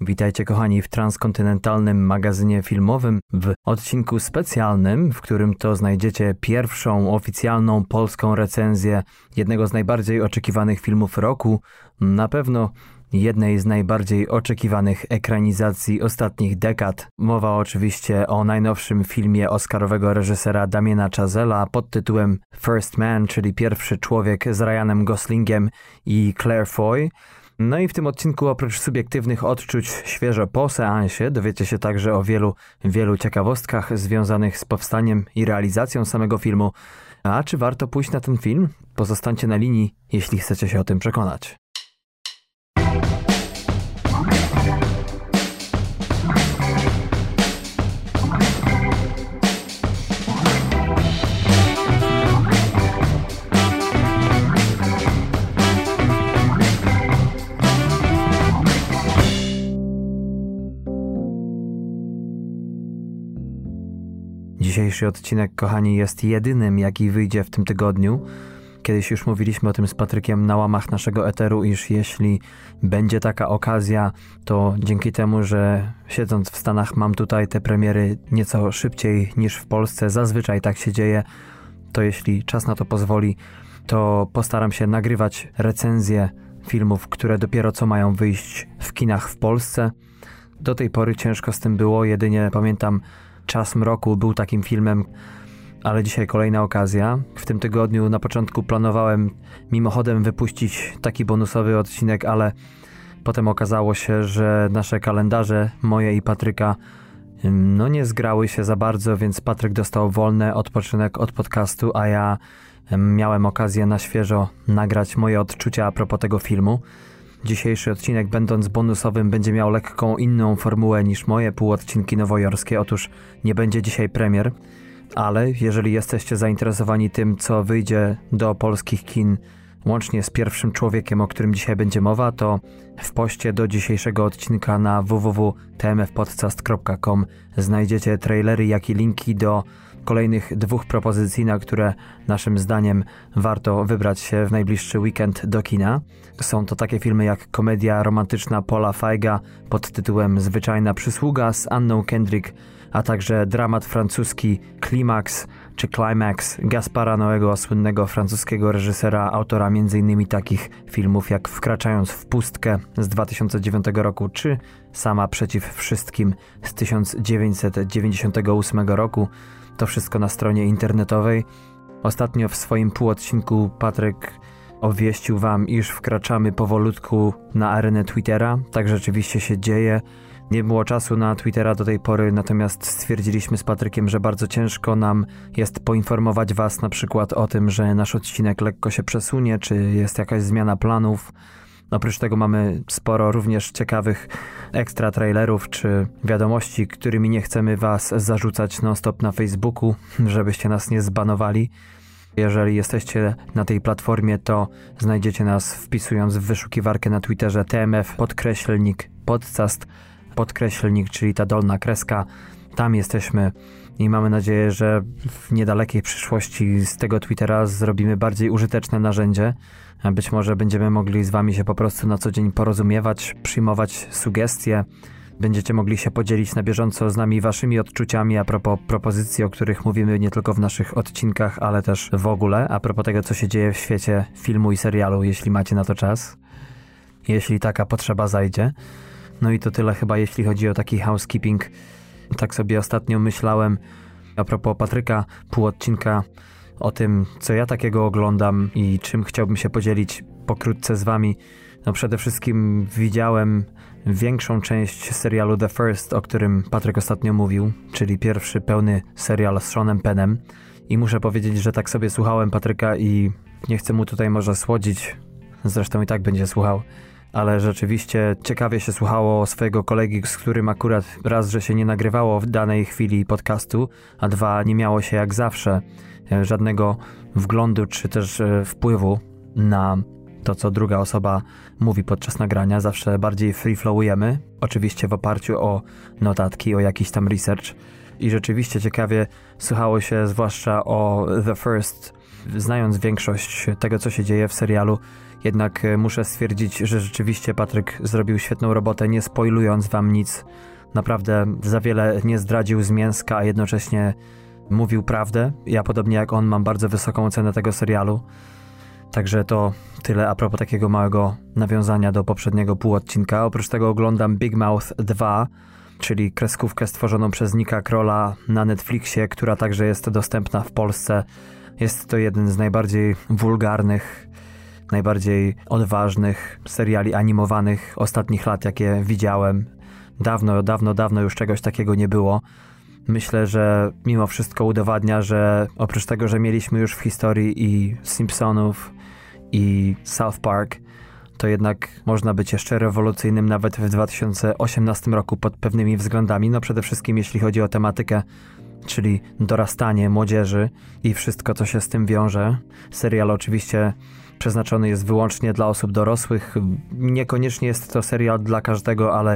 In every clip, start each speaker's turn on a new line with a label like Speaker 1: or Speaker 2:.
Speaker 1: Witajcie kochani w transkontynentalnym magazynie filmowym w odcinku specjalnym, w którym to znajdziecie pierwszą oficjalną polską recenzję jednego z najbardziej oczekiwanych filmów roku, na pewno jednej z najbardziej oczekiwanych ekranizacji ostatnich dekad. Mowa oczywiście o najnowszym filmie oscarowego reżysera Damiena Chazella pod tytułem First Man, czyli Pierwszy Człowiek z Ryanem Goslingiem i Claire Foy. No i w tym odcinku oprócz subiektywnych odczuć świeżo po seansie dowiecie się także o wielu ciekawostkach związanych z powstaniem i realizacją samego filmu. A czy warto pójść na ten film? Pozostańcie na linii, jeśli chcecie się o tym przekonać. Dzisiejszy odcinek, kochani, jest jedynym, jaki wyjdzie w tym tygodniu. Kiedyś już mówiliśmy o tym z Patrykiem na łamach naszego eteru, iż jeśli będzie taka okazja, to dzięki temu, że siedząc w Stanach mam tutaj te premiery nieco szybciej niż w Polsce, zazwyczaj tak się dzieje, to jeśli czas na to pozwoli, to postaram się nagrywać recenzje filmów, które dopiero co mają wyjść w kinach w Polsce. Do tej pory ciężko z tym było, jedynie pamiętam Czas mroku był takim filmem, ale dzisiaj kolejna okazja. W tym tygodniu na początku planowałem mimochodem wypuścić taki bonusowy odcinek, ale potem okazało się, że nasze kalendarze, moje i Patryka, nie zgrały się za bardzo, więc Patryk dostał wolny odpoczynek od podcastu, a ja miałem okazję na świeżo nagrać moje odczucia a propos tego filmu. Dzisiejszy odcinek, będąc bonusowym, będzie miał lekką inną formułę niż moje półodcinki nowojorskie. Otóż nie będzie dzisiaj premier, ale jeżeli jesteście zainteresowani tym, co wyjdzie do polskich kin łącznie z Pierwszym Człowiekiem, o którym dzisiaj będzie mowa, to w poście do dzisiejszego odcinka na www.tmfpodcast.com znajdziecie trailery, jak i linki do kolejnych 2 propozycji, na które naszym zdaniem warto wybrać się w najbliższy weekend do kina. Są to takie filmy jak komedia romantyczna Paula Feiga pod tytułem Zwyczajna przysługa z Anną Kendrick, a także dramat francuski Climax Gaspara Noego, słynnego francuskiego reżysera, autora m.in. takich filmów jak Wkraczając w pustkę z 2009 roku czy Sama przeciw wszystkim z 1998 roku. To wszystko na stronie internetowej. Ostatnio w swoim półodcinku Patryk obwieścił wam, iż wkraczamy powolutku na arenę Twittera. Tak rzeczywiście się dzieje. Nie było czasu na Twittera do tej pory, natomiast stwierdziliśmy z Patrykiem, że bardzo ciężko nam jest poinformować was na przykład o tym, że nasz odcinek lekko się przesunie, czy jest jakaś zmiana planów. Oprócz tego mamy sporo również ciekawych ekstra trailerów czy wiadomości, którymi nie chcemy was zarzucać non-stop na Facebooku, żebyście nas nie zbanowali. Jeżeli jesteście na tej platformie, to znajdziecie nas wpisując w wyszukiwarkę na Twitterze TMF_podcast, czyli ta dolna kreska. Tam jesteśmy i mamy nadzieję, że w niedalekiej przyszłości z tego Twittera zrobimy bardziej użyteczne narzędzie. Być może będziemy mogli z wami się po prostu na co dzień porozumiewać, przyjmować sugestie. Będziecie mogli się podzielić na bieżąco z nami waszymi odczuciami a propos propozycji, o których mówimy nie tylko w naszych odcinkach, ale też w ogóle. A propos tego, co się dzieje w świecie filmu i serialu, jeśli macie na to czas. Jeśli taka potrzeba zajdzie. No i to tyle chyba, jeśli chodzi o taki housekeeping. Tak sobie ostatnio myślałem a propos Patryka, półodcinka o tym, co ja takiego oglądam i czym chciałbym się podzielić pokrótce z wami. Przede wszystkim widziałem większą część serialu The First, o którym Patryk ostatnio mówił, czyli pierwszy pełny serial z Seanem Pennem. I muszę powiedzieć, że tak sobie słuchałem Patryka i nie chcę mu tutaj może słodzić, zresztą i tak będzie słuchał, ale rzeczywiście ciekawie się słuchało swojego kolegi, z którym akurat raz, że się nie nagrywało w danej chwili podcastu, a 2, nie miało się jak zawsze żadnego wglądu czy też wpływu na to, co druga osoba mówi podczas nagrania. Zawsze bardziej free-flowujemy, oczywiście w oparciu o notatki, o jakiś tam research. I rzeczywiście ciekawie słuchało się zwłaszcza o The First znając większość tego, co się dzieje w serialu, jednak muszę stwierdzić, że rzeczywiście Patryk zrobił świetną robotę, nie spoilując wam nic. Naprawdę za wiele nie zdradził z mięska, a jednocześnie mówił prawdę. Ja, podobnie jak on, mam bardzo wysoką cenę tego serialu. Także to tyle a propos takiego małego nawiązania do poprzedniego półodcinka. Oprócz tego oglądam Big Mouth 2, czyli kreskówkę stworzoną przez Nicka Krolla na Netflixie, która także jest dostępna w Polsce. Jest to jeden z najbardziej wulgarnych, najbardziej odważnych seriali animowanych ostatnich lat, jakie widziałem. Dawno już czegoś takiego nie było. Myślę, że mimo wszystko udowadnia, że oprócz tego, że mieliśmy już w historii i Simpsonów, i South Park, to jednak można być jeszcze rewolucyjnym nawet w 2018 roku pod pewnymi względami. No przede wszystkim jeśli chodzi o tematykę, czyli dorastanie młodzieży i wszystko, co się z tym wiąże. Serial oczywiście przeznaczony jest wyłącznie dla osób dorosłych. Niekoniecznie jest to serial dla każdego, ale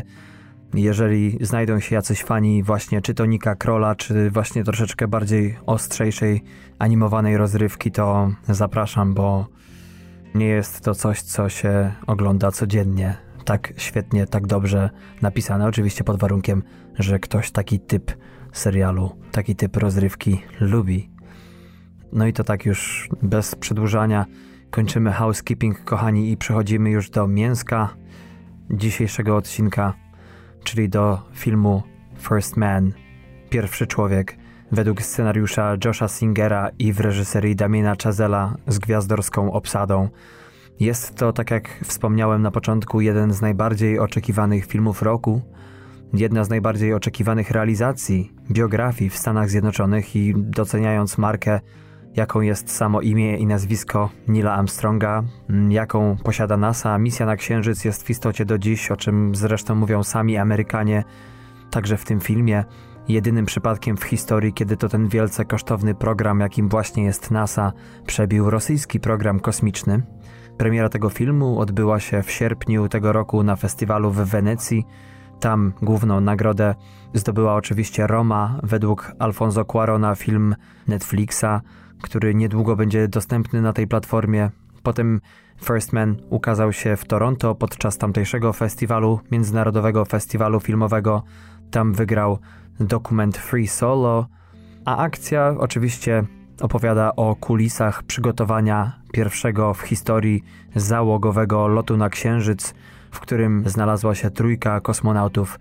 Speaker 1: jeżeli znajdą się jacyś fani właśnie czy to Nicka Krolla, czy właśnie troszeczkę bardziej ostrzejszej animowanej rozrywki, to zapraszam, bo nie jest to coś, co się ogląda codziennie. Tak świetnie, tak dobrze napisane. Oczywiście pod warunkiem, że ktoś taki typ serialu, taki typ rozrywki lubi. No i to tak już bez przedłużania kończymy housekeeping, kochani, i przechodzimy już do mięska dzisiejszego odcinka, czyli do filmu First Man, Pierwszy Człowiek, według scenariusza Josha Singera i w reżyserii Damiena Chazella z gwiazdorską obsadą. Jest to, tak jak wspomniałem na początku, jeden z najbardziej oczekiwanych filmów roku, jedna z najbardziej oczekiwanych realizacji biografii w Stanach Zjednoczonych i doceniając markę, jaką jest samo imię i nazwisko Neila Armstronga, jaką posiada NASA, misja na Księżyc jest w istocie do dziś, o czym zresztą mówią sami Amerykanie, także w tym filmie, jedynym przypadkiem w historii, kiedy to ten wielce kosztowny program, jakim właśnie jest NASA, przebił rosyjski program kosmiczny. Premiera tego filmu odbyła się w sierpniu tego roku na festiwalu w Wenecji. Tam główną nagrodę zdobyła oczywiście Roma, według Alfonso Cuarona film Netflixa, który niedługo będzie dostępny na tej platformie. Potem First Man ukazał się w Toronto podczas tamtejszego festiwalu, międzynarodowego festiwalu filmowego. Tam wygrał dokument Free Solo, a akcja oczywiście opowiada o kulisach przygotowania pierwszego w historii załogowego lotu na Księżyc, w którym znalazła się trójka kosmonautów,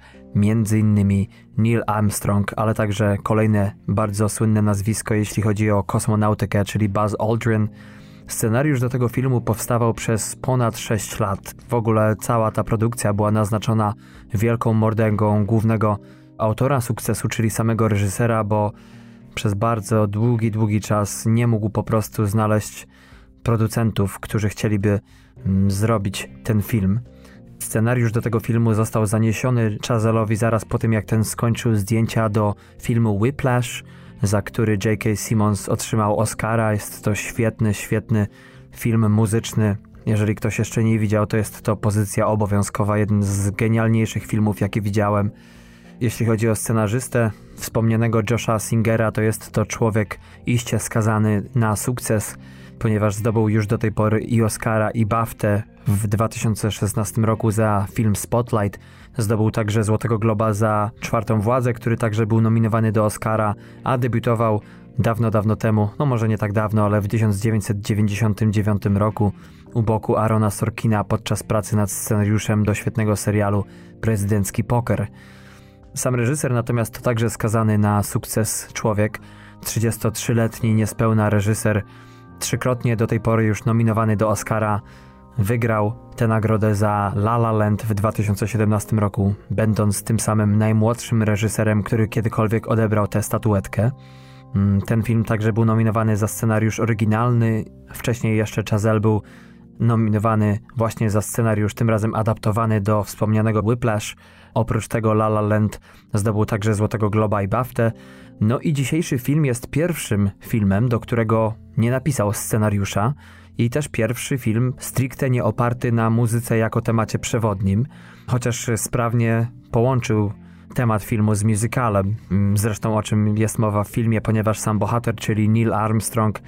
Speaker 1: m.in. Neil Armstrong, ale także kolejne bardzo słynne nazwisko, jeśli chodzi o kosmonautykę, czyli Buzz Aldrin. Scenariusz do tego filmu powstawał przez ponad 6 lat. W ogóle cała ta produkcja była naznaczona wielką mordęgą głównego autora sukcesu, czyli samego reżysera, bo przez bardzo długi czas nie mógł po prostu znaleźć producentów, którzy chcieliby zrobić ten film. Scenariusz do tego filmu został zaniesiony Chazellowi zaraz po tym, jak ten skończył zdjęcia do filmu Whiplash, za który J.K. Simmons otrzymał Oscara. Jest to świetny film muzyczny. Jeżeli ktoś jeszcze nie widział, to jest to pozycja obowiązkowa, jeden z genialniejszych filmów, jakie widziałem. Jeśli chodzi o scenarzystę wspomnianego Josha Singera, to jest to człowiek iście skazany na sukces, ponieważ zdobył już do tej pory i Oscara, i BAFTę w 2016 roku za film Spotlight. Zdobył także Złotego Globa za Czwartą Władzę, który także był nominowany do Oscara, a debiutował dawno temu, no może nie tak dawno, ale w 1999 roku u boku Aarona Sorkina podczas pracy nad scenariuszem do świetnego serialu Prezydencki Poker. Sam reżyser natomiast to także skazany na sukces człowiek, 33-letni niespełna reżyser, trzykrotnie do tej pory już nominowany do Oscara, wygrał tę nagrodę za La La Land w 2017 roku, będąc tym samym najmłodszym reżyserem, który kiedykolwiek odebrał tę statuetkę. Ten film także był nominowany za scenariusz oryginalny, wcześniej jeszcze Chazelle był nominowany właśnie za scenariusz, tym razem adaptowany do wspomnianego Whiplash. Oprócz tego La La Land zdobył także Złotego Globa i BAFTę. No i dzisiejszy film jest pierwszym filmem, do którego nie napisał scenariusza i też pierwszy film stricte nie oparty na muzyce jako temacie przewodnim, chociaż sprawnie połączył temat filmu z musicalem. Zresztą o czym jest mowa w filmie, ponieważ sam bohater, czyli Neil Armstrong,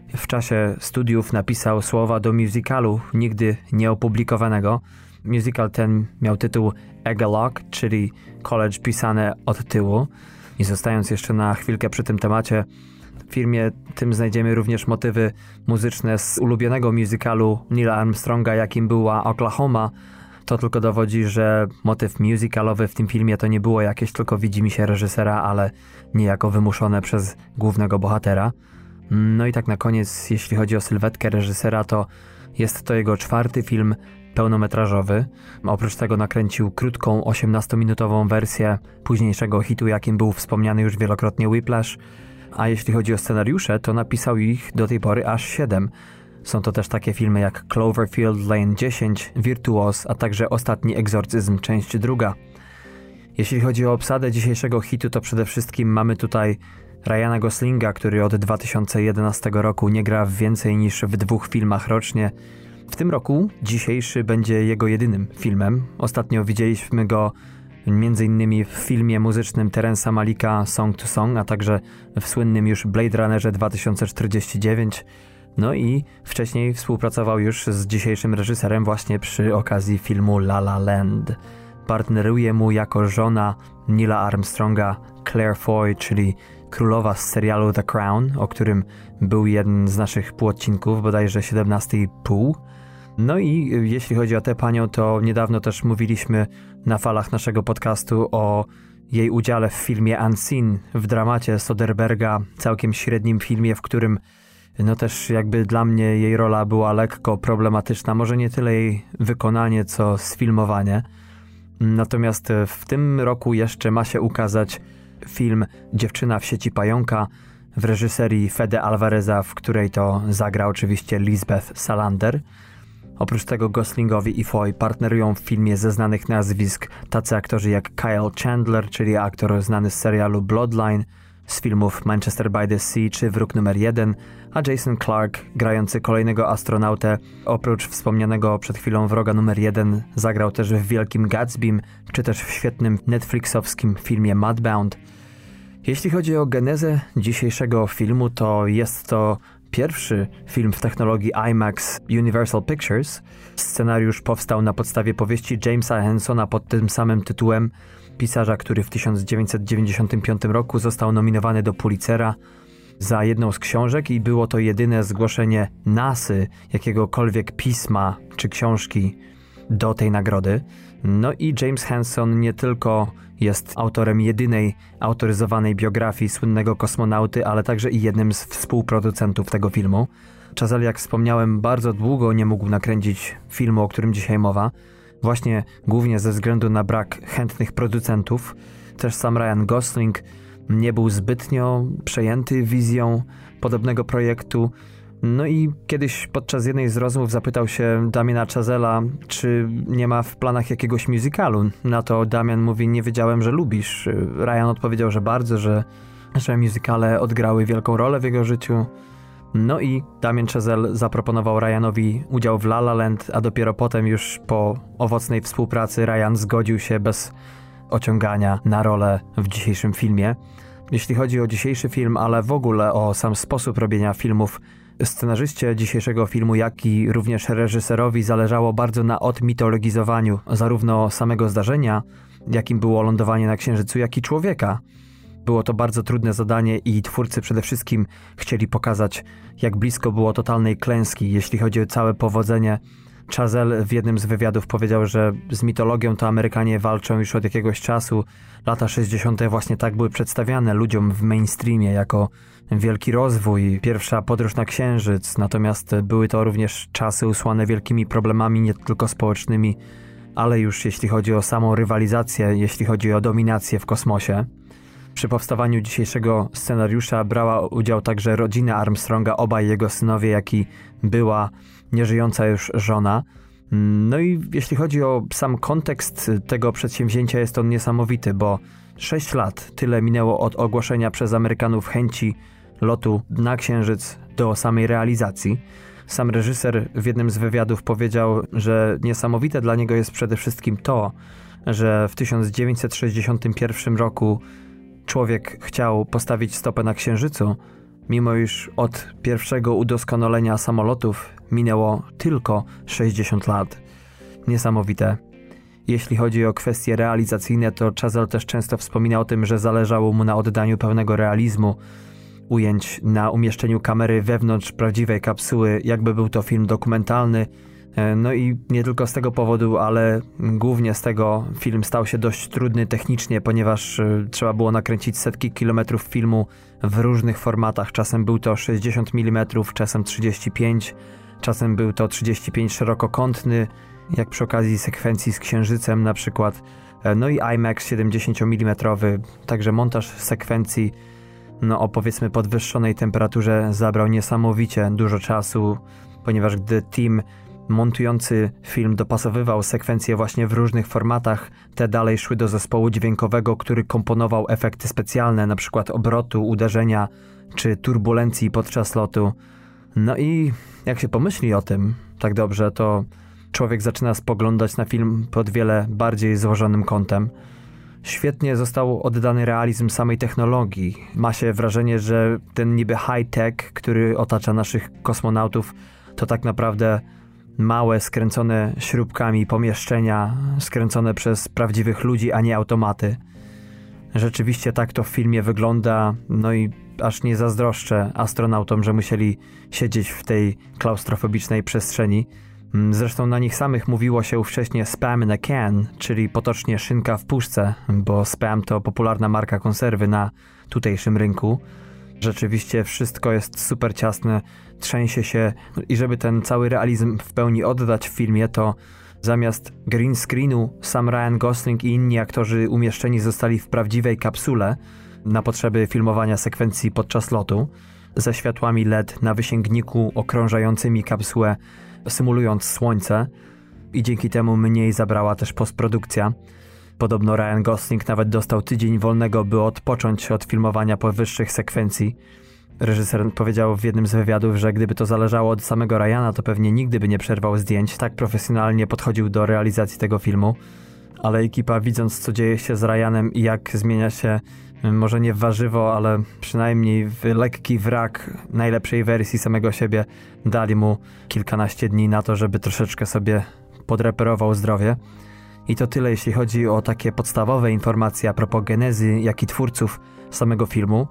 Speaker 1: w czasie studiów napisał słowa do musicalu nigdy nieopublikowanego. Musical ten miał tytuł Egalog, czyli college pisane od tyłu. I zostając jeszcze na chwilkę przy tym temacie, w filmie tym znajdziemy również motywy muzyczne z ulubionego musicalu Neila Armstronga, jakim była Oklahoma. To tylko dowodzi, że motyw musicalowy w tym filmie to nie było jakieś tylko widzimisię reżysera, ale niejako wymuszone przez głównego bohatera. No i tak na koniec, jeśli chodzi o sylwetkę reżysera, to jest to jego 4. film pełnometrażowy. Oprócz tego nakręcił krótką, 18-minutową wersję późniejszego hitu, jakim był wspomniany już wielokrotnie Whiplash. A jeśli chodzi o scenariusze, to napisał ich do tej pory aż 7. Są to też takie filmy jak Cloverfield Lane 10, Virtuos, a także Ostatni egzorcyzm, część 2. Jeśli chodzi o obsadę dzisiejszego hitu, to przede wszystkim mamy tutaj Ryana Goslinga, który od 2011 roku nie gra w więcej niż w 2 filmach rocznie. W tym roku dzisiejszy będzie jego jedynym filmem. Ostatnio widzieliśmy go m.in. w filmie muzycznym Terence'a Malicka Song to Song, a także w słynnym już Blade Runnerze 2049. No i wcześniej współpracował już z dzisiejszym reżyserem właśnie przy okazji filmu La La Land. Partneruje mu jako żona Neila Armstronga Claire Foy, czyli królowa z serialu The Crown, o którym był jeden z naszych półodcinków, bodajże 17,5. No i jeśli chodzi o tę panią, to niedawno też mówiliśmy na falach naszego podcastu o jej udziale w filmie Unseen, w dramacie Soderberga, całkiem średnim filmie, w którym no też jakby dla mnie jej rola była lekko problematyczna, może nie tyle jej wykonanie, co sfilmowanie. Natomiast w tym roku jeszcze ma się ukazać film Dziewczyna w sieci pająka w reżyserii Fede Alvareza, w której to zagra oczywiście Lisbeth Salander. Oprócz tego Goslingowi i Foy partnerują w filmie ze znanych nazwisk tacy aktorzy jak Kyle Chandler, czyli aktor znany z serialu Bloodline, z filmów Manchester by the Sea czy Wróg numer 1, a Jason Clarke, grający kolejnego astronautę, oprócz wspomnianego przed chwilą Wroga numer 1, zagrał też w Wielkim Gatsbym, czy też w świetnym netflixowskim filmie Mudbound. Jeśli chodzi o genezę dzisiejszego filmu, to jest to pierwszy film w technologii IMAX Universal Pictures. Scenariusz powstał na podstawie powieści Jamesa Hensona pod tym samym tytułem, pisarza, który w 1995 roku został nominowany do Pulitzera za jedną z książek i było to jedyne zgłoszenie NASY jakiegokolwiek pisma czy książki do tej nagrody. No i James Henson nie tylko jest autorem jedynej autoryzowanej biografii słynnego kosmonauty, ale także i jednym z współproducentów tego filmu. Chazelle, jak wspomniałem, bardzo długo nie mógł nakręcić filmu, o którym dzisiaj mowa. Właśnie głównie ze względu na brak chętnych producentów. Też sam Ryan Gosling nie był zbytnio przejęty wizją podobnego projektu. No i kiedyś podczas jednej z rozmów zapytał się Damiana Chazella, czy nie ma w planach jakiegoś musicalu. Na to Damian mówi: nie wiedziałem, że lubisz. Ryan odpowiedział, że bardzo, że musicale odgrały wielką rolę w jego życiu. No i Damien Chazelle zaproponował Ryanowi udział w La La Land, a dopiero potem już po owocnej współpracy Ryan zgodził się bez ociągania na rolę w dzisiejszym filmie. Jeśli chodzi o dzisiejszy film, ale w ogóle o sam sposób robienia filmów, scenarzyście dzisiejszego filmu, jak i również reżyserowi zależało bardzo na odmitologizowaniu zarówno samego zdarzenia, jakim było lądowanie na Księżycu, jak i człowieka. Było to bardzo trudne zadanie i twórcy przede wszystkim chcieli pokazać, jak blisko było totalnej klęski, jeśli chodzi o całe powodzenie. Chazelle w jednym z wywiadów powiedział, że z mitologią to Amerykanie walczą już od jakiegoś czasu. Lata 60. właśnie tak były przedstawiane ludziom w mainstreamie jako wielki rozwój, pierwsza podróż na Księżyc. Natomiast były to również czasy usłane wielkimi problemami, nie tylko społecznymi, ale już jeśli chodzi o samą rywalizację, jeśli chodzi o dominację w kosmosie. Przy powstawaniu dzisiejszego scenariusza brała udział także rodzina Armstronga, obaj jego synowie, jak i była nieżyjąca już żona. No i jeśli chodzi o sam kontekst tego przedsięwzięcia, jest on niesamowity, bo 6 lat tyle minęło od ogłoszenia przez Amerykanów chęci lotu na Księżyc do samej realizacji. Sam reżyser w jednym z wywiadów powiedział, że niesamowite dla niego jest przede wszystkim to, że w 1961 roku człowiek chciał postawić stopę na Księżycu, mimo iż od pierwszego udoskonalenia samolotów minęło tylko 60 lat. Niesamowite. Jeśli chodzi o kwestie realizacyjne, to Chazelle też często wspomina o tym, że zależało mu na oddaniu pełnego realizmu ujęć, na umieszczeniu kamery wewnątrz prawdziwej kapsuły, jakby był to film dokumentalny. No i nie tylko z tego powodu, ale głównie z tego film stał się dość trudny technicznie, ponieważ trzeba było nakręcić setki kilometrów filmu w różnych formatach. Czasem był to 60 mm, czasem 35, czasem był to 35 szerokokątny, jak przy okazji sekwencji z Księżycem na przykład. No i IMAX 70 mm, także montaż sekwencji o powiedzmy podwyższonej temperaturze zabrał niesamowicie dużo czasu, ponieważ gdy team montujący film dopasowywał sekwencje właśnie w różnych formatach, te dalej szły do zespołu dźwiękowego, który komponował efekty specjalne, na przykład obrotu, uderzenia czy turbulencji podczas lotu. No i jak się pomyśli o tym tak dobrze, to człowiek zaczyna spoglądać na film pod wiele bardziej złożonym kątem. Świetnie został oddany realizm samej technologii. Ma się wrażenie, że ten niby high-tech, który otacza naszych kosmonautów, to tak naprawdę małe, skręcone śrubkami pomieszczenia, skręcone przez prawdziwych ludzi, a nie automaty. Rzeczywiście tak to w filmie wygląda, no i aż nie zazdroszczę astronautom, że musieli siedzieć w tej klaustrofobicznej przestrzeni. Zresztą na nich samych mówiło się wcześniej spam in a can, czyli potocznie szynka w puszce, bo Spam to popularna marka konserwy na tutejszym rynku. Rzeczywiście wszystko jest super ciasne, trzęsie się i żeby ten cały realizm w pełni oddać w filmie, to zamiast green screenu sam Ryan Gosling i inni aktorzy umieszczeni zostali w prawdziwej kapsule na potrzeby filmowania sekwencji podczas lotu, ze światłami LED na wysięgniku okrążającymi kapsułę, symulując słońce, i dzięki temu mniej zabrała też postprodukcja. Podobno Ryan Gosling nawet dostał tydzień wolnego, by odpocząć od filmowania powyższych sekwencji. Reżyser powiedział w jednym z wywiadów, że gdyby to zależało od samego Ryana, to pewnie nigdy by nie przerwał zdjęć. Tak profesjonalnie podchodził do realizacji tego filmu. Ale ekipa, widząc co dzieje się z Ryanem i jak zmienia się, może nie w warzywo, ale przynajmniej w lekki wrak najlepszej wersji samego siebie, dali mu kilkanaście dni na to, żeby troszeczkę sobie podreperował zdrowie. I to tyle, jeśli chodzi o takie podstawowe informacje a propos genezy, jak i twórców samego filmu.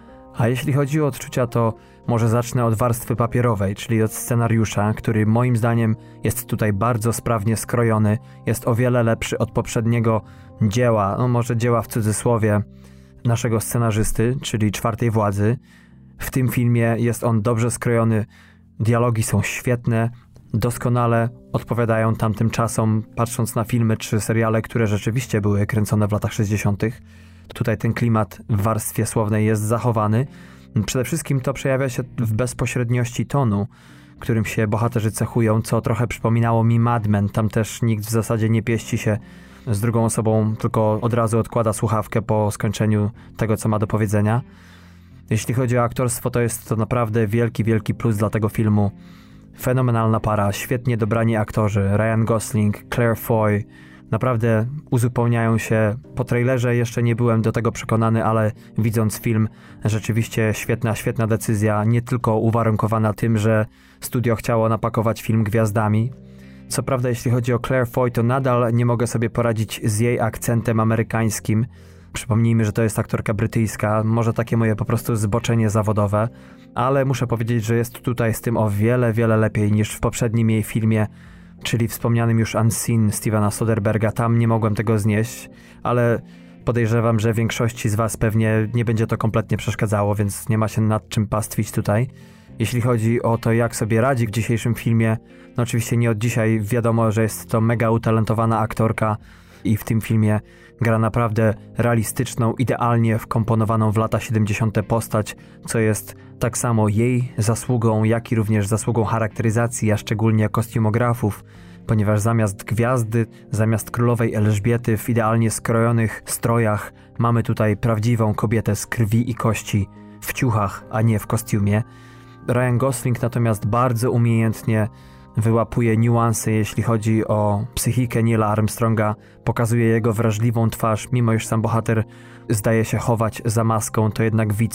Speaker 1: A jeśli chodzi o odczucia, to może zacznę od warstwy papierowej, czyli od scenariusza, który moim zdaniem jest tutaj bardzo sprawnie skrojony, jest o wiele lepszy od poprzedniego dzieła, może dzieła w cudzysłowie, naszego scenarzysty, czyli Czwartej Władzy. W tym filmie jest on dobrze skrojony, dialogi są świetne, doskonale odpowiadają tamtym czasom, patrząc na filmy czy seriale, które rzeczywiście były kręcone w latach 60. Tutaj ten klimat w warstwie słownej jest zachowany. Przede wszystkim to przejawia się w bezpośredniości tonu, którym się bohaterzy cechują, co trochę przypominało mi Mad Men. Tam też nikt w zasadzie nie pieści się z drugą osobą, tylko od razu odkłada słuchawkę po skończeniu tego, co ma do powiedzenia. Jeśli chodzi o aktorstwo, to jest to naprawdę wielki, wielki plus dla tego filmu. Fenomenalna para, świetnie dobrani aktorzy, Ryan Gosling, Claire Foy, naprawdę uzupełniają się. Po trailerze jeszcze nie byłem do tego przekonany, ale widząc film, rzeczywiście świetna decyzja, nie tylko uwarunkowana tym, że studio chciało napakować film gwiazdami. Co prawda, jeśli chodzi o Claire Foy, to nadal nie mogę sobie poradzić z jej akcentem amerykańskim. Przypomnijmy, że to jest aktorka brytyjska, może takie moje po prostu zboczenie zawodowe, ale muszę powiedzieć, że jest tutaj z tym o wiele, wiele lepiej niż w poprzednim jej filmie, czyli wspomnianym już Unseen Stevena Soderberga. Tam nie mogłem tego znieść, ale podejrzewam, że większości z was pewnie nie będzie to kompletnie przeszkadzało, więc nie ma się nad czym pastwić tutaj. Jeśli chodzi o to, jak sobie radzi w dzisiejszym filmie, no oczywiście nie od dzisiaj wiadomo, że jest to mega utalentowana aktorka i w tym filmie gra naprawdę realistyczną, idealnie wkomponowaną w lata 70. postać, co jest tak samo jej zasługą, jak i również zasługą charakteryzacji, a szczególnie kostiumografów, ponieważ zamiast gwiazdy, zamiast królowej Elżbiety w idealnie skrojonych strojach, mamy tutaj prawdziwą kobietę z krwi i kości, w ciuchach, a nie w kostiumie. Ryan Gosling natomiast bardzo umiejętnie wyłapuje niuanse, jeśli chodzi o psychikę Neila Armstronga, pokazuje jego wrażliwą twarz, mimo iż sam bohater zdaje się chować za maską, to jednak widz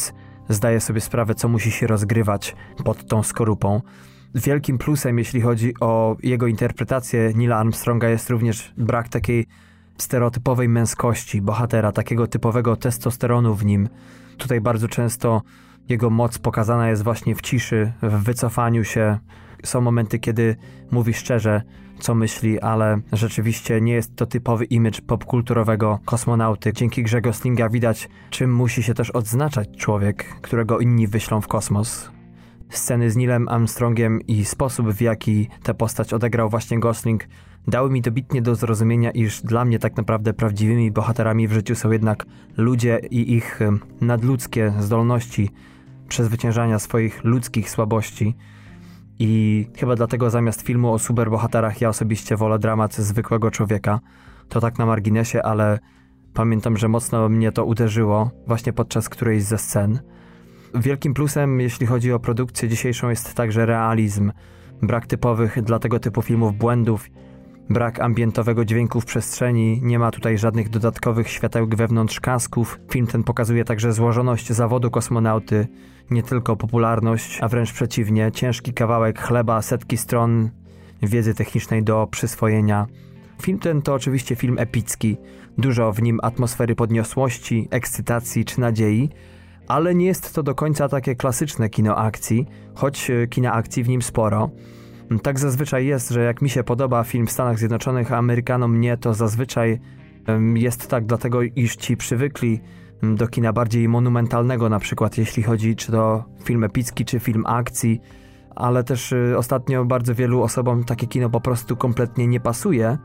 Speaker 1: zdaje sobie sprawę, co musi się rozgrywać pod tą skorupą. Wielkim plusem, jeśli chodzi o jego interpretację Neila Armstronga, jest również brak takiej stereotypowej męskości bohatera, takiego typowego testosteronu w nim. Tutaj bardzo często jego moc pokazana jest właśnie w ciszy, w wycofaniu się. Są momenty, kiedy mówi szczerze, co myśli, ale rzeczywiście nie jest to typowy image popkulturowego kosmonauty. Dzięki grze Goslinga widać, czym musi się też odznaczać człowiek, którego inni wyślą w kosmos. Sceny z Neilem Armstrongiem i sposób, w jaki tę postać odegrał właśnie Gosling, dały mi dobitnie do zrozumienia, iż dla mnie tak naprawdę prawdziwymi bohaterami w życiu są jednak ludzie i ich nadludzkie zdolności przezwyciężania swoich ludzkich słabości. I chyba dlatego zamiast filmu o superbohaterach ja osobiście wolę dramat zwykłego człowieka. To tak na marginesie, ale pamiętam, że mocno mnie to uderzyło właśnie podczas którejś ze scen. Wielkim plusem, jeśli chodzi o produkcję dzisiejszą, jest także realizm. Brak typowych dla tego typu filmów błędów, brak ambientowego dźwięku w przestrzeni, nie ma tutaj żadnych dodatkowych światełek wewnątrz kasków. Film ten pokazuje także złożoność zawodu kosmonauty, nie tylko popularność, a wręcz przeciwnie, ciężki kawałek chleba, setki stron wiedzy technicznej do przyswojenia. Film ten to oczywiście film epicki, dużo w nim atmosfery podniosłości, ekscytacji czy nadziei, ale nie jest to do końca takie klasyczne kino akcji, choć kina akcji w nim sporo. Tak zazwyczaj jest, że jak mi się podoba film w Stanach Zjednoczonych, a Amerykanom nie, to zazwyczaj jest tak dlatego, iż ci przywykli do kina bardziej monumentalnego, na przykład jeśli chodzi czy to film epicki, czy film akcji, ale też ostatnio bardzo wielu osobom takie kino po prostu kompletnie nie pasuje.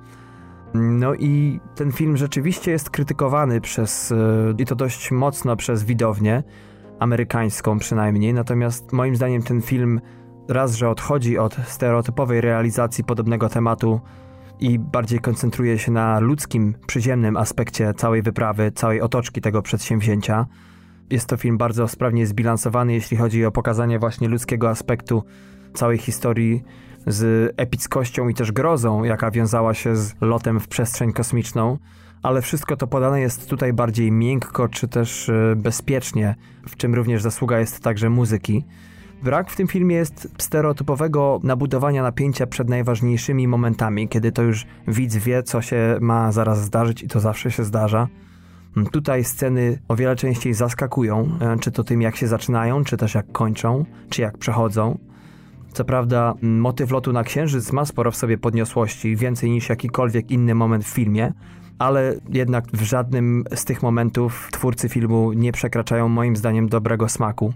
Speaker 1: No i ten film rzeczywiście jest krytykowany i to dość mocno przez widownię amerykańską przynajmniej, natomiast moim zdaniem ten film raz, że odchodzi od stereotypowej realizacji podobnego tematu i bardziej koncentruje się na ludzkim, przyziemnym aspekcie całej wyprawy, całej otoczki tego przedsięwzięcia. Jest to film bardzo sprawnie zbilansowany, jeśli chodzi o pokazanie właśnie ludzkiego aspektu całej historii z epickością i też grozą, jaka wiązała się z lotem w przestrzeń kosmiczną, ale wszystko to podane jest tutaj bardziej miękko, czy też bezpiecznie, w czym również zasługa jest także muzyki. Brak w tym filmie jest stereotypowego nabudowania napięcia przed najważniejszymi momentami, kiedy to już widz wie, co się ma zaraz zdarzyć i to zawsze się zdarza. Tutaj sceny o wiele częściej zaskakują, czy to tym jak się zaczynają, czy też jak kończą, czy jak przechodzą. Co prawda motyw lotu na Księżyc ma sporo w sobie podniosłości, więcej niż jakikolwiek inny moment w filmie, ale jednak w żadnym z tych momentów twórcy filmu nie przekraczają moim zdaniem dobrego smaku,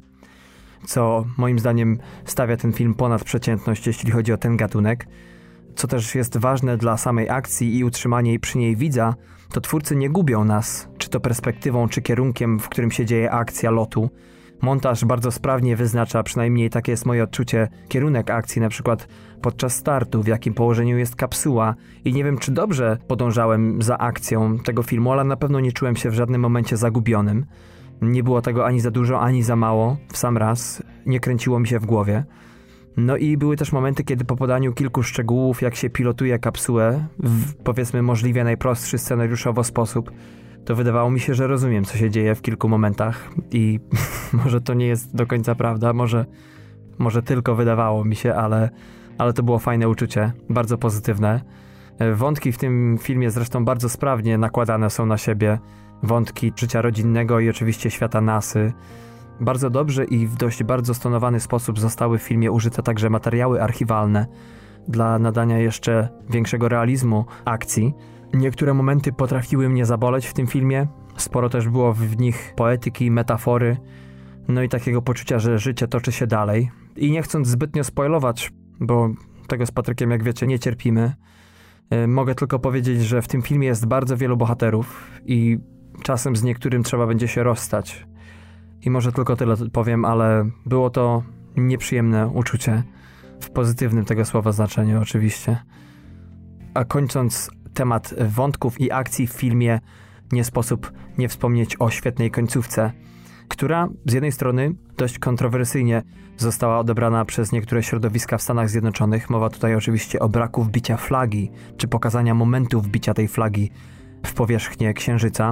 Speaker 1: co moim zdaniem stawia ten film ponad przeciętność, jeśli chodzi o ten gatunek. Co też jest ważne dla samej akcji i utrzymanie jej przy niej widza, to twórcy nie gubią nas, czy to perspektywą, czy kierunkiem, w którym się dzieje akcja lotu. Montaż bardzo sprawnie wyznacza, przynajmniej takie jest moje odczucie, kierunek akcji, na przykład podczas startu, w jakim położeniu jest kapsuła. I nie wiem, czy dobrze podążałem za akcją tego filmu, ale na pewno nie czułem się w żadnym momencie zagubionym. Nie było tego ani za dużo, ani za mało, w sam raz. Nie kręciło mi się w głowie. No i były też momenty, kiedy po podaniu kilku szczegółów, jak się pilotuje kapsułę w, powiedzmy, możliwie najprostszy scenariuszowo sposób, to wydawało mi się, że rozumiem, co się dzieje w kilku momentach i może to nie jest do końca prawda, może tylko wydawało mi się, ale to było fajne uczucie, bardzo pozytywne. Wątki w tym filmie zresztą bardzo sprawnie nakładane są na siebie, wątki życia rodzinnego i oczywiście świata NASA. Bardzo dobrze i w dość bardzo stonowany sposób zostały w filmie użyte także materiały archiwalne dla nadania jeszcze większego realizmu akcji. Niektóre momenty potrafiły mnie zaboleć w tym filmie, sporo też było w nich poetyki, metafory, no i takiego poczucia, że życie toczy się dalej. I nie chcąc zbytnio spoilować, bo tego z Patrykiem, jak wiecie, nie cierpimy, mogę tylko powiedzieć, że w tym filmie jest bardzo wielu bohaterów i czasem z niektórym trzeba będzie się rozstać. I może tylko tyle powiem, ale było to nieprzyjemne uczucie, w pozytywnym tego słowa znaczeniu oczywiście. A kończąc temat wątków i akcji w filmie, nie sposób nie wspomnieć o świetnej końcówce, która z jednej strony dość kontrowersyjnie została odebrana przez niektóre środowiska w Stanach Zjednoczonych. Mowa tutaj oczywiście o braku wbicia flagi, czy pokazania momentu wbicia tej flagi w powierzchnię Księżyca.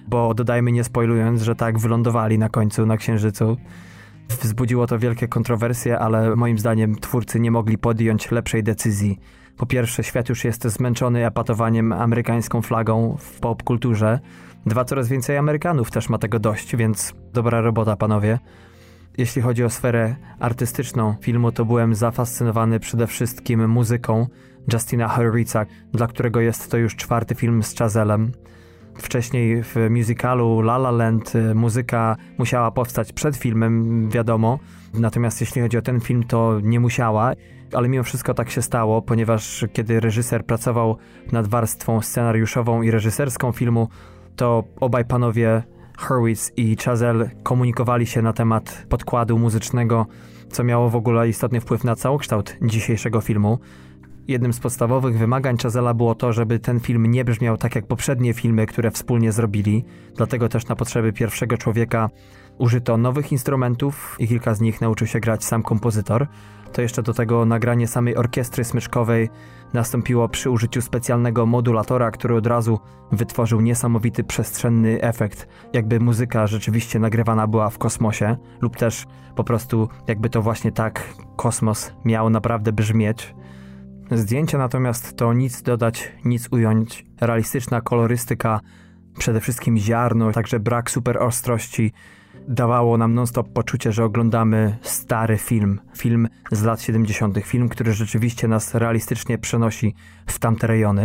Speaker 1: bo dodajmy, nie spoilując, że tak wylądowali na końcu na Księżycu. Wzbudziło to wielkie kontrowersje, ale moim zdaniem twórcy nie mogli podjąć lepszej decyzji. Po pierwsze, świat już jest zmęczony epatowaniem amerykańską flagą w popkulturze. 2, coraz więcej Amerykanów też ma tego dość, więc dobra robota, panowie. Jeśli chodzi o sferę artystyczną filmu, to byłem zafascynowany przede wszystkim muzyką Justina Hurwitza, dla którego jest to już 4. film z Chazelem. Wcześniej w musicalu La La Land muzyka musiała powstać przed filmem, wiadomo. Natomiast jeśli chodzi o ten film, to nie musiała. Ale mimo wszystko tak się stało, ponieważ kiedy reżyser pracował nad warstwą scenariuszową i reżyserską filmu, to obaj panowie Hurwitz i Chazelle komunikowali się na temat podkładu muzycznego, co miało w ogóle istotny wpływ na całokształt dzisiejszego filmu. Jednym z podstawowych wymagań Chazella było to, żeby ten film nie brzmiał tak jak poprzednie filmy, które wspólnie zrobili. Dlatego też na potrzeby Pierwszego Człowieka użyto nowych instrumentów i kilka z nich nauczył się grać sam kompozytor. To jeszcze do tego nagranie samej orkiestry smyczkowej nastąpiło przy użyciu specjalnego modulatora, który od razu wytworzył niesamowity przestrzenny efekt, jakby muzyka rzeczywiście nagrywana była w kosmosie, lub też po prostu jakby to właśnie tak kosmos miał naprawdę brzmieć. Zdjęcia natomiast to nic dodać, nic ująć. Realistyczna kolorystyka, przede wszystkim ziarno, także brak super ostrości dawało nam non-stop poczucie, że oglądamy stary film z lat 70., film, który rzeczywiście nas realistycznie przenosi w tamte rejony.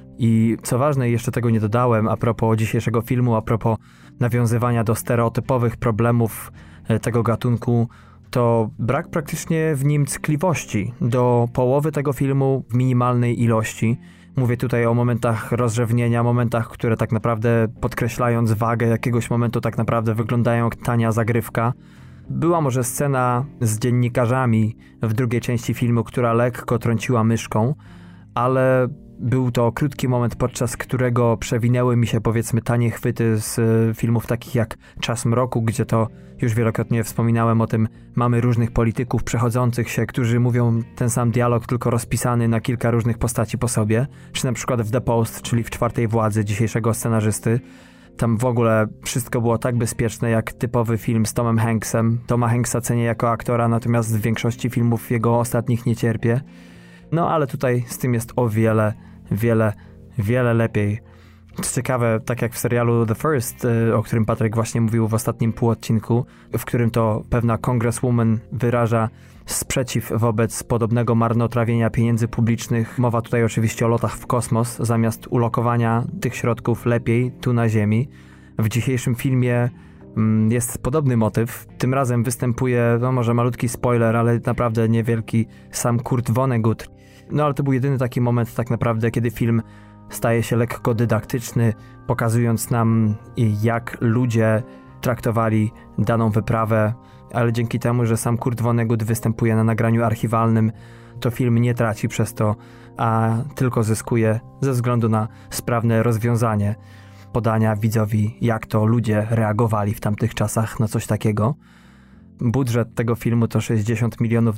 Speaker 1: I co ważne, jeszcze tego nie dodałem, a propos dzisiejszego filmu, a propos nawiązywania do stereotypowych problemów tego gatunku, to brak praktycznie w nim ckliwości. Do połowy tego filmu w minimalnej ilości. Mówię tutaj o momentach rozrzewnienia, momentach, które tak naprawdę, podkreślając wagę jakiegoś momentu, tak naprawdę wyglądają jak tania zagrywka. Była może scena z dziennikarzami w drugiej części filmu, która lekko trąciła myszką, ale był to krótki moment, podczas którego przewinęły mi się, powiedzmy, tanie chwyty z filmów takich jak Czas mroku, gdzie to już wielokrotnie wspominałem o tym, mamy różnych polityków przechodzących się, którzy mówią ten sam dialog, tylko rozpisany na kilka różnych postaci po sobie, czy na przykład w The Post, czyli w Czwartej Władzy dzisiejszego scenarzysty. Tam w ogóle wszystko było tak bezpieczne, jak typowy film z Tomem Hanksem. Toma Hanksa cenię jako aktora, natomiast w większości filmów jego ostatnich nie cierpię. No ale tutaj z tym jest o wiele lepiej. Co ciekawe, tak jak w serialu The First, o którym Patryk właśnie mówił w ostatnim półodcinku, w którym to pewna congresswoman wyraża sprzeciw wobec podobnego marnotrawienia pieniędzy publicznych. Mowa tutaj oczywiście o lotach w kosmos, zamiast ulokowania tych środków lepiej tu na Ziemi. W dzisiejszym filmie jest podobny motyw. Tym razem występuje, no może malutki spoiler, ale naprawdę niewielki, sam Kurt Vonnegut. No ale to był jedyny taki moment tak naprawdę, kiedy film staje się lekko dydaktyczny, pokazując nam, jak ludzie traktowali daną wyprawę, ale dzięki temu, że sam Kurt Vonnegut występuje na nagraniu archiwalnym, to film nie traci przez to, a tylko zyskuje ze względu na sprawne rozwiązanie podania widzowi, jak to ludzie reagowali w tamtych czasach na coś takiego. Budżet tego filmu to $60 milionów.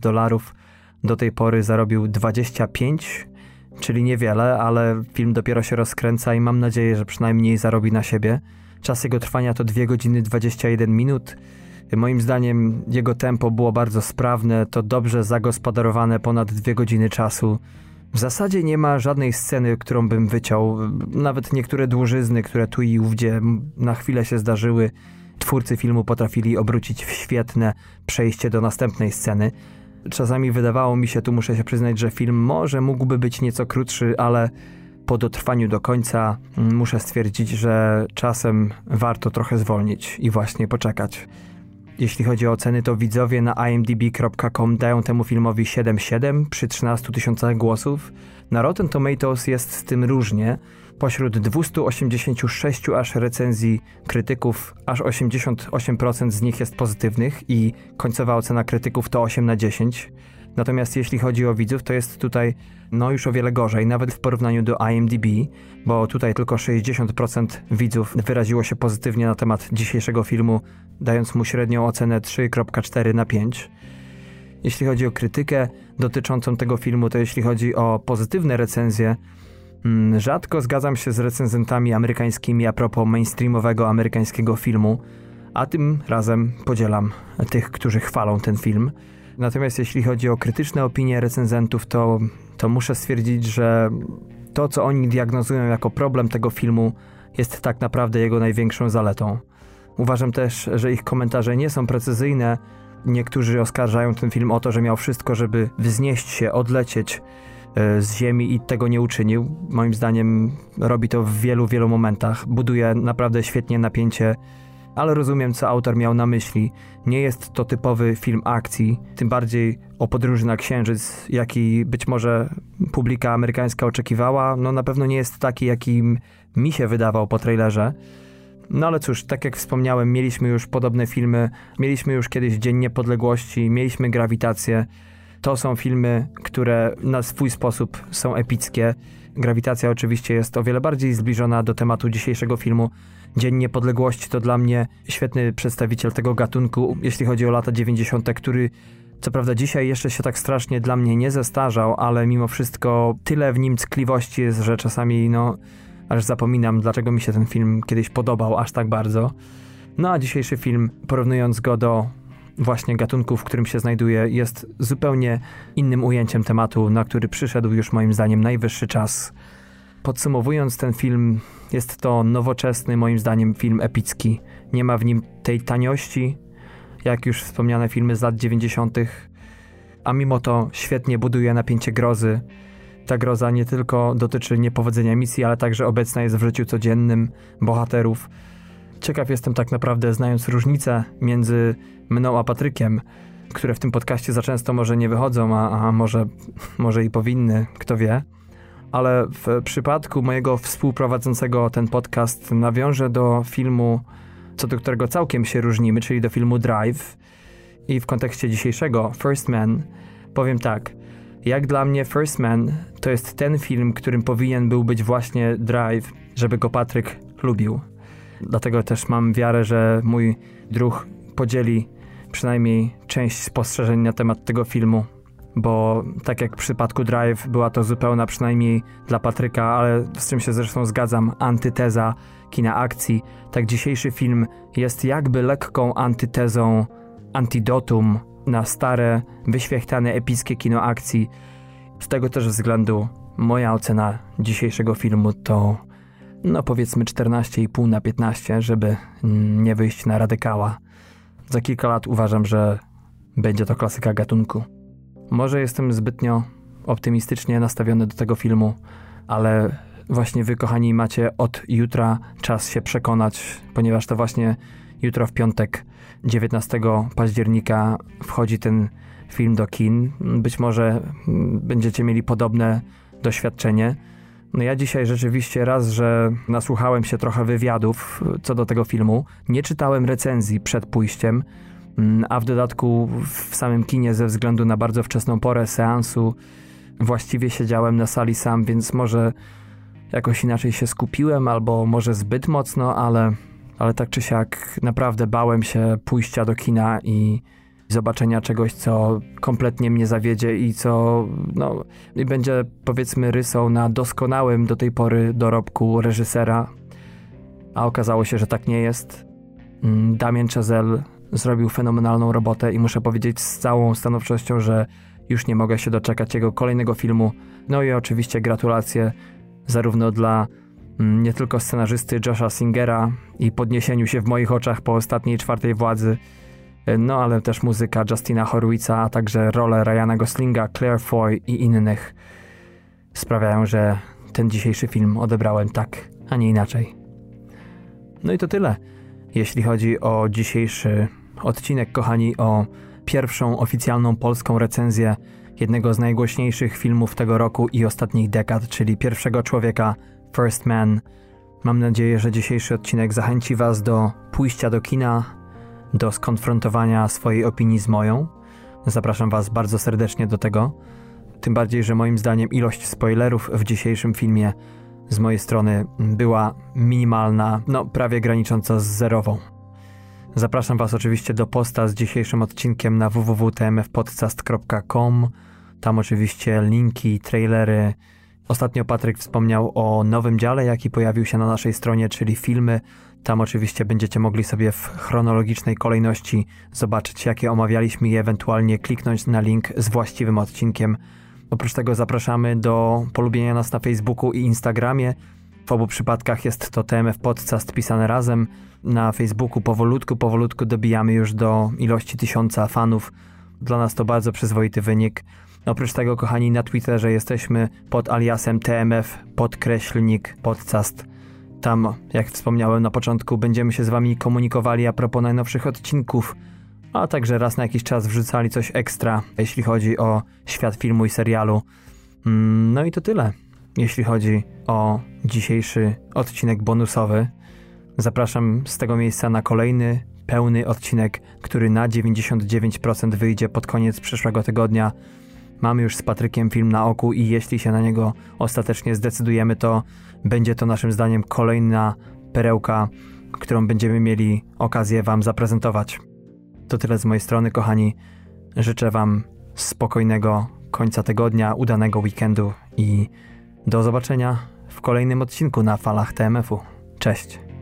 Speaker 1: Do tej pory zarobił 25, czyli niewiele, ale film dopiero się rozkręca i mam nadzieję, że przynajmniej zarobi na siebie. Czas jego trwania to 2 godziny 21 minut. Moim zdaniem jego tempo było bardzo sprawne, to dobrze zagospodarowane ponad 2 godziny czasu. W zasadzie nie ma żadnej sceny, którą bym wyciął. Nawet niektóre dłużyzny, które tu i ówdzie na chwilę się zdarzyły, twórcy filmu potrafili obrócić w świetne przejście do następnej sceny. Czasami wydawało mi się, tu muszę się przyznać, że film może mógłby być nieco krótszy, ale po dotrwaniu do końca muszę stwierdzić, że czasem warto trochę zwolnić i właśnie poczekać. Jeśli chodzi o oceny, to widzowie na imdb.com dają temu filmowi 7,7 przy 13 000 głosów. Na Rotten Tomatoes jest z tym różnie. Pośród 286 aż recenzji krytyków, aż 88% z nich jest pozytywnych i końcowa ocena krytyków to 8/10. Natomiast jeśli chodzi o widzów, to jest tutaj już o wiele gorzej, nawet w porównaniu do IMDb, bo tutaj tylko 60% widzów wyraziło się pozytywnie na temat dzisiejszego filmu, dając mu średnią ocenę 3,4/5. Jeśli chodzi o krytykę dotyczącą tego filmu, to jeśli chodzi o pozytywne recenzje, Rzadko zgadzam się z recenzentami amerykańskimi a propos mainstreamowego amerykańskiego filmu, a tym razem podzielam tych, którzy chwalą ten film. Natomiast jeśli chodzi o krytyczne opinie recenzentów, to muszę stwierdzić, że to, co oni diagnozują jako problem tego filmu, jest tak naprawdę jego największą zaletą. Uważam też, że ich komentarze nie są precyzyjne. Niektórzy oskarżają ten film o to, że miał wszystko, żeby wznieść się, odlecieć z ziemi i tego nie uczynił. Moim zdaniem robi to w wielu momentach. Buduje naprawdę świetnie napięcie, ale rozumiem, co autor miał na myśli. Nie jest to typowy film akcji, tym bardziej o podróży na Księżyc, jaki być może publika amerykańska oczekiwała. No na pewno nie jest taki, jakim mi się wydawał po trailerze. No ale cóż, tak jak wspomniałem, mieliśmy już podobne filmy, mieliśmy już kiedyś Dzień Niepodległości, mieliśmy Grawitację. To są filmy, które na swój sposób są epickie. Grawitacja oczywiście jest o wiele bardziej zbliżona do tematu dzisiejszego filmu. Dzień Niepodległości to dla mnie świetny przedstawiciel tego gatunku, jeśli chodzi o lata 90., który co prawda dzisiaj jeszcze się tak strasznie dla mnie nie zestarzał, ale mimo wszystko tyle w nim ckliwości jest, że czasami aż zapominam, dlaczego mi się ten film kiedyś podobał aż tak bardzo. No a dzisiejszy film, porównując go do właśnie gatunku, w którym się znajduje, jest zupełnie innym ujęciem tematu, na który przyszedł już moim zdaniem najwyższy czas. Podsumowując ten film, jest to nowoczesny, moim zdaniem, film epicki. Nie ma w nim tej taniości, jak już wspomniane filmy z lat 90., a mimo to świetnie buduje napięcie grozy. Ta groza nie tylko dotyczy niepowodzenia misji, ale także obecna jest w życiu codziennym bohaterów. Ciekaw jestem tak naprawdę, znając różnice między mną a Patrykiem, które w tym podcaście za często może nie wychodzą, a może i powinny, kto wie. Ale w przypadku mojego współprowadzącego ten podcast nawiążę do filmu, co do którego całkiem się różnimy, czyli do filmu Drive. I w kontekście dzisiejszego First Man powiem tak. Jak dla mnie First Man to jest ten film, którym powinien był być właśnie Drive, żeby go Patryk lubił. Dlatego też mam wiarę, że mój druh podzieli przynajmniej część spostrzeżeń na temat tego filmu, bo tak jak w przypadku Drive była to zupełna, przynajmniej dla Patryka, ale z czym się zresztą zgadzam, antyteza kina akcji, tak dzisiejszy film jest jakby lekką antytezą, antidotum na stare, wyświechtane, epickie kino akcji. Z tego też względu moja ocena dzisiejszego filmu to powiedzmy 14,5 na 15, żeby nie wyjść na radykała. Za kilka lat uważam, że będzie to klasyka gatunku. Może jestem zbytnio optymistycznie nastawiony do tego filmu, ale właśnie wy, kochani, macie od jutra czas się przekonać, ponieważ to właśnie jutro w piątek, 19 października wchodzi ten film do kin. Być może będziecie mieli podobne doświadczenie. Ja dzisiaj rzeczywiście raz, że nasłuchałem się trochę wywiadów co do tego filmu. Nie czytałem recenzji przed pójściem, a w dodatku w samym kinie ze względu na bardzo wczesną porę seansu właściwie siedziałem na sali sam, więc może jakoś inaczej się skupiłem, albo może zbyt mocno, ale tak czy siak naprawdę bałem się pójścia do kina i zobaczenia czegoś, co kompletnie mnie zawiedzie i co i będzie, powiedzmy, rysą na doskonałym do tej pory dorobku reżysera. A okazało się, że tak nie jest. Damien Chazelle zrobił fenomenalną robotę i muszę powiedzieć z całą stanowczością, że już nie mogę się doczekać jego kolejnego filmu. No i oczywiście gratulacje zarówno dla nie tylko scenarzysty Josha Singera i podniesieniu się w moich oczach po ostatniej czwartej władzy, ale też muzyka Justina Horwitza, a także role Ryana Goslinga, Claire Foy i innych sprawiają, że ten dzisiejszy film odebrałem tak, a nie inaczej. No i to tyle, jeśli chodzi o dzisiejszy odcinek, kochani, o pierwszą oficjalną polską recenzję jednego z najgłośniejszych filmów tego roku i ostatnich dekad, czyli Pierwszego Człowieka, First Man. Mam nadzieję, że dzisiejszy odcinek zachęci was do pójścia do kina, do skonfrontowania swojej opinii z moją. Zapraszam was bardzo serdecznie do tego. Tym bardziej, że moim zdaniem ilość spoilerów w dzisiejszym filmie z mojej strony była minimalna, prawie granicząca z zerową. Zapraszam was oczywiście do posta z dzisiejszym odcinkiem na www.tmfpodcast.com. Tam oczywiście linki, trailery Ostatnio Patryk wspomniał o nowym dziale, jaki pojawił się na naszej stronie, czyli filmy. Tam oczywiście będziecie mogli sobie w chronologicznej kolejności zobaczyć, jakie omawialiśmy i ewentualnie kliknąć na link z właściwym odcinkiem. Oprócz tego zapraszamy do polubienia nas na Facebooku i Instagramie. W obu przypadkach jest to TMF Podcast pisane razem. Na Facebooku powolutku dobijamy już do ilości 1000 fanów. Dla nas to bardzo przyzwoity wynik. Oprócz tego, kochani, na Twitterze jesteśmy pod aliasem TMF_podcast. Tam, jak wspomniałem na początku, będziemy się z wami komunikowali a propos najnowszych odcinków, a także raz na jakiś czas wrzucali coś ekstra, jeśli chodzi o świat filmu i serialu. No i to tyle, jeśli chodzi o dzisiejszy odcinek bonusowy. Zapraszam z tego miejsca na kolejny, pełny odcinek, który na 99% wyjdzie pod koniec przyszłego tygodnia. Mamy już z Patrykiem film na oku i jeśli się na niego ostatecznie zdecydujemy, to będzie to naszym zdaniem kolejna perełka, którą będziemy mieli okazję wam zaprezentować. To tyle z mojej strony, kochani. Życzę wam spokojnego końca tygodnia, udanego weekendu i do zobaczenia w kolejnym odcinku na falach TMF-u. Cześć!